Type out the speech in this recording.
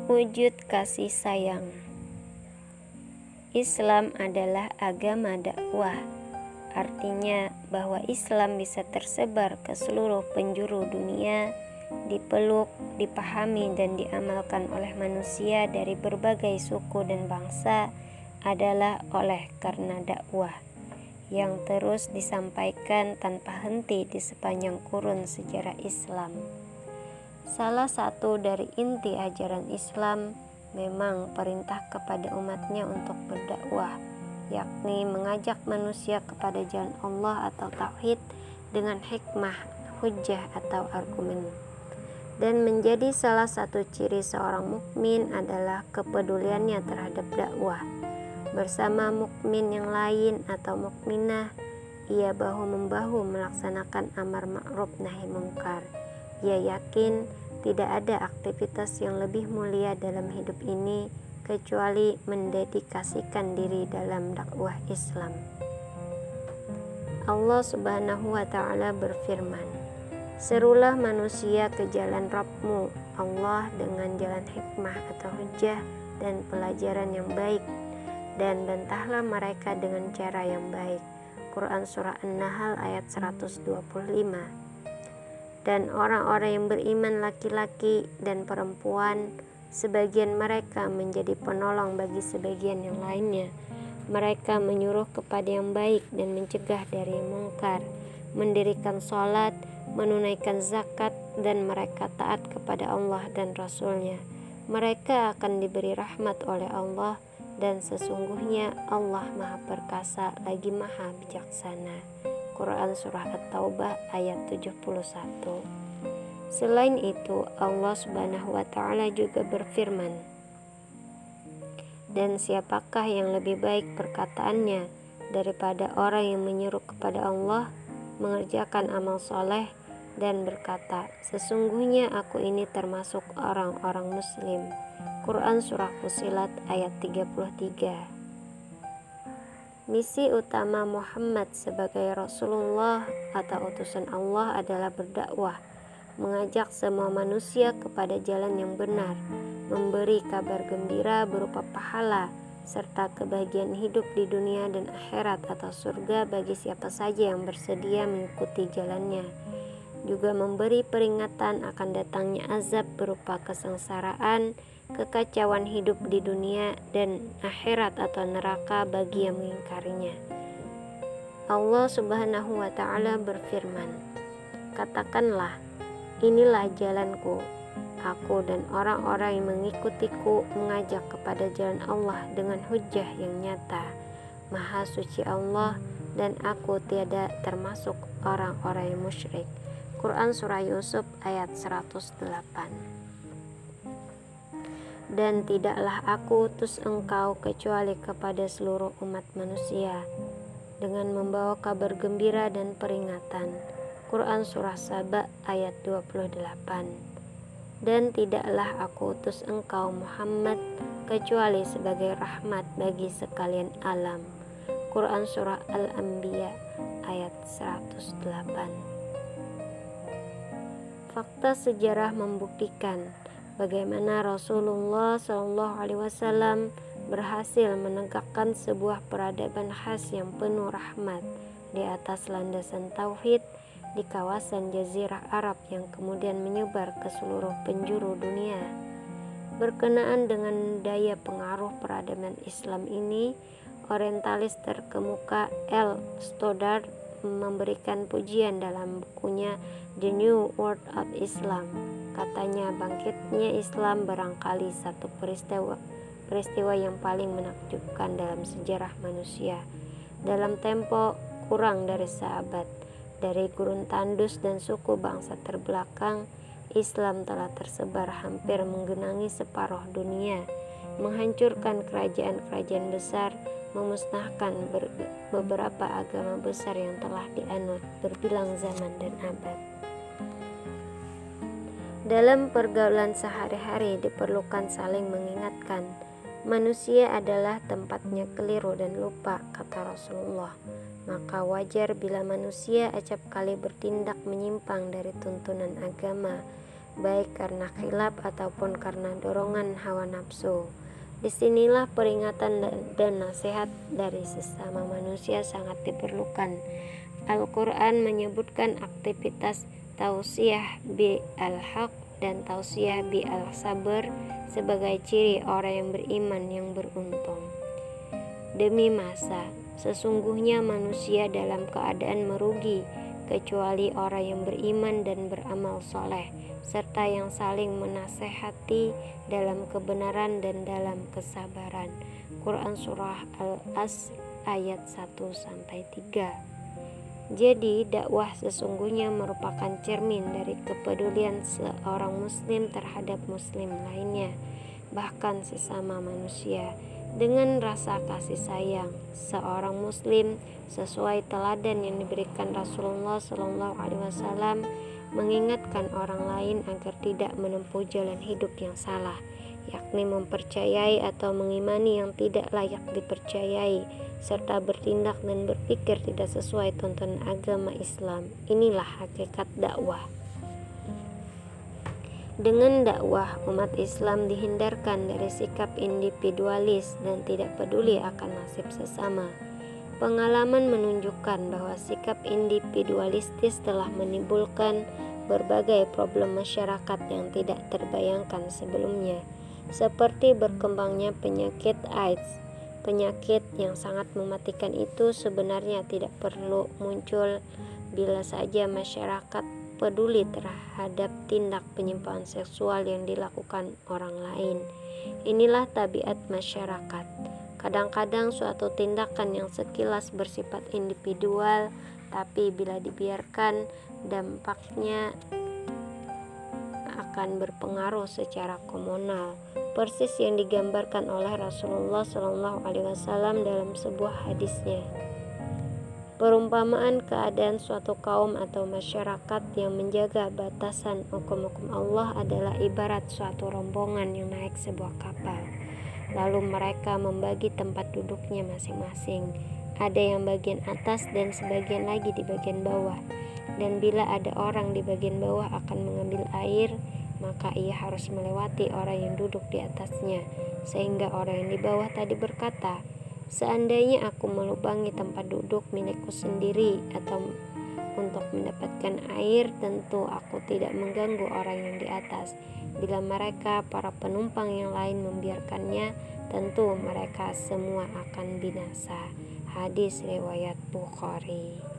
Wujud kasih sayang. Islam adalah agama dakwah. Artinya bahwa Islam bisa tersebar ke seluruh penjuru dunia, dipeluk, dipahami dan diamalkan oleh manusia dari berbagai suku dan bangsa adalah oleh karena dakwah yang terus disampaikan tanpa henti di sepanjang kurun sejarah Islam. Salah satu dari inti ajaran Islam memang perintah kepada umatnya untuk berdakwah, yakni mengajak manusia kepada jalan Allah atau tauhid dengan hikmah, hujjah atau argumen. Dan menjadi salah satu ciri seorang mukmin adalah kepeduliannya terhadap dakwah. Bersama mukmin yang lain atau mukminah, ia bahu-membahu melaksanakan amar ma'ruf nahi mungkar. Ia yakin tidak ada aktivitas yang lebih mulia dalam hidup ini kecuali mendedikasikan diri dalam dakwah Islam. Allah Subhanahu wa Ta'ala berfirman, "Serulah manusia ke jalan Rabbmu Allah dengan jalan hikmah atau hujjah dan pelajaran yang baik, dan bantahlah mereka dengan cara yang baik." Quran Surah An-Nahl ayat 125. Dan orang-orang yang beriman laki-laki dan perempuan, sebagian mereka menjadi penolong bagi sebagian yang lainnya. Mereka menyuruh kepada yang baik dan mencegah dari yang mungkar, mendirikan sholat, menunaikan zakat, dan mereka taat kepada Allah dan Rasul-Nya. Mereka akan diberi rahmat oleh Allah, dan sesungguhnya Allah Maha Perkasa lagi Maha Bijaksana. Quran Surah At-Taubah ayat 71. Selain itu, Allah Subhanahu wa Ta'ala juga berfirman, "Dan siapakah yang lebih baik perkataannya daripada orang yang menyeru kepada Allah, mengerjakan amal soleh, dan berkata, sesungguhnya aku ini termasuk orang-orang muslim." Quran Surah Fussilat ayat 33. Misi utama Muhammad sebagai Rasulullah atau utusan Allah adalah berdakwah, mengajak semua manusia kepada jalan yang benar, memberi kabar gembira berupa pahala, serta kebahagiaan hidup di dunia dan akhirat atau surga bagi siapa saja yang bersedia mengikuti jalannya. Juga memberi peringatan akan datangnya azab berupa kesengsaraan, kekacauan hidup di dunia dan akhirat atau neraka bagi yang mengingkarinya. Allah Subhanahu wa Ta'ala berfirman, "Katakanlah, inilah jalanku, aku dan orang-orang yang mengikutiku mengajak kepada jalan Allah dengan hujjah yang nyata. Maha suci Allah dan aku tiada termasuk orang-orang yang musyrik." Quran Surah Yusuf ayat 108. Dan tidaklah aku utus engkau kecuali kepada seluruh umat manusia dengan membawa kabar gembira dan peringatan. Quran Surah Saba ayat 28. Dan tidaklah aku utus engkau Muhammad kecuali sebagai rahmat bagi sekalian alam. Quran Surah Al-Anbiya ayat 108. Fakta sejarah membuktikan bagaimana Rasulullah SAW berhasil menegakkan sebuah peradaban khas yang penuh rahmat di atas landasan tauhid di kawasan Jazirah Arab yang kemudian menyebar ke seluruh penjuru dunia. Berkenaan dengan daya pengaruh peradaban Islam ini, orientalis terkemuka L. Stoddard memberikan pujian dalam bukunya The New World of Islam. Katanya, bangkitnya Islam barangkali satu peristiwa yang paling menakjubkan dalam sejarah manusia. Dalam tempo kurang dari seabad, dari gurun tandus dan suku bangsa terbelakang, Islam telah tersebar hampir menggenangi separuh dunia, menghancurkan kerajaan-kerajaan besar, memusnahkan beberapa agama besar yang telah dianut berbilang zaman dan abad. Dalam pergaulan sehari-hari diperlukan saling mengingatkan. Manusia adalah tempatnya keliru dan lupa, kata Rasulullah. Maka wajar bila manusia acap kali bertindak menyimpang dari tuntunan agama, baik karena khilaf ataupun karena dorongan hawa nafsu. Disinilah peringatan dan nasihat dari sesama manusia sangat diperlukan. Al-Quran menyebutkan aktivitas tausiah bi al-haq dan tausiah bi al-sabr sebagai ciri orang yang beriman yang beruntung. Demi masa, sesungguhnya manusia dalam keadaan merugi, kecuali orang yang beriman dan beramal soleh, serta yang saling menasehati dalam kebenaran dan dalam kesabaran. Quran Surah Al-Asr ayat 1-3. Jadi, dakwah sesungguhnya merupakan cermin dari kepedulian seorang muslim terhadap muslim lainnya, bahkan sesama manusia. Dengan rasa kasih sayang, seorang muslim sesuai teladan yang diberikan Rasulullah SAW mengingatkan orang lain agar tidak menempuh jalan hidup yang salah, yakni mempercayai atau mengimani yang tidak layak dipercayai, serta bertindak dan berpikir tidak sesuai tuntunan agama Islam. Inilah hakikat dakwah. Dengan dakwah, umat Islam dihindarkan dari sikap individualis dan tidak peduli akan nasib sesama. Pengalaman menunjukkan bahwa sikap individualistis telah menimbulkan berbagai problem masyarakat yang tidak terbayangkan sebelumnya, seperti berkembangnya penyakit AIDS. Penyakit yang sangat mematikan itu sebenarnya tidak perlu muncul bila saja masyarakat peduli terhadap tindak penyimpangan seksual yang dilakukan orang lain. Inilah tabiat masyarakat. Kadang-kadang suatu tindakan yang sekilas bersifat individual, tapi bila dibiarkan, dampaknya akan berpengaruh secara komunal, persis yang digambarkan oleh Rasulullah SAW dalam sebuah hadisnya. Perumpamaan keadaan suatu kaum atau masyarakat yang menjaga batasan hukum-hukum Allah adalah ibarat suatu rombongan yang naik sebuah kapal. Lalu mereka membagi tempat duduknya masing-masing. Ada yang bagian atas dan sebagian lagi di bagian bawah. Dan bila ada orang di bagian bawah akan mengambil air, maka ia harus melewati orang yang duduk di atasnya. Sehingga orang yang di bawah tadi berkata, "Seandainya aku melubangi tempat duduk milikku sendiri atau untuk mendapatkan air, tentu aku tidak mengganggu orang yang di atas. Bila mereka, para penumpang yang lain membiarkannya, tentu mereka semua akan binasa." Hadis riwayat Bukhari.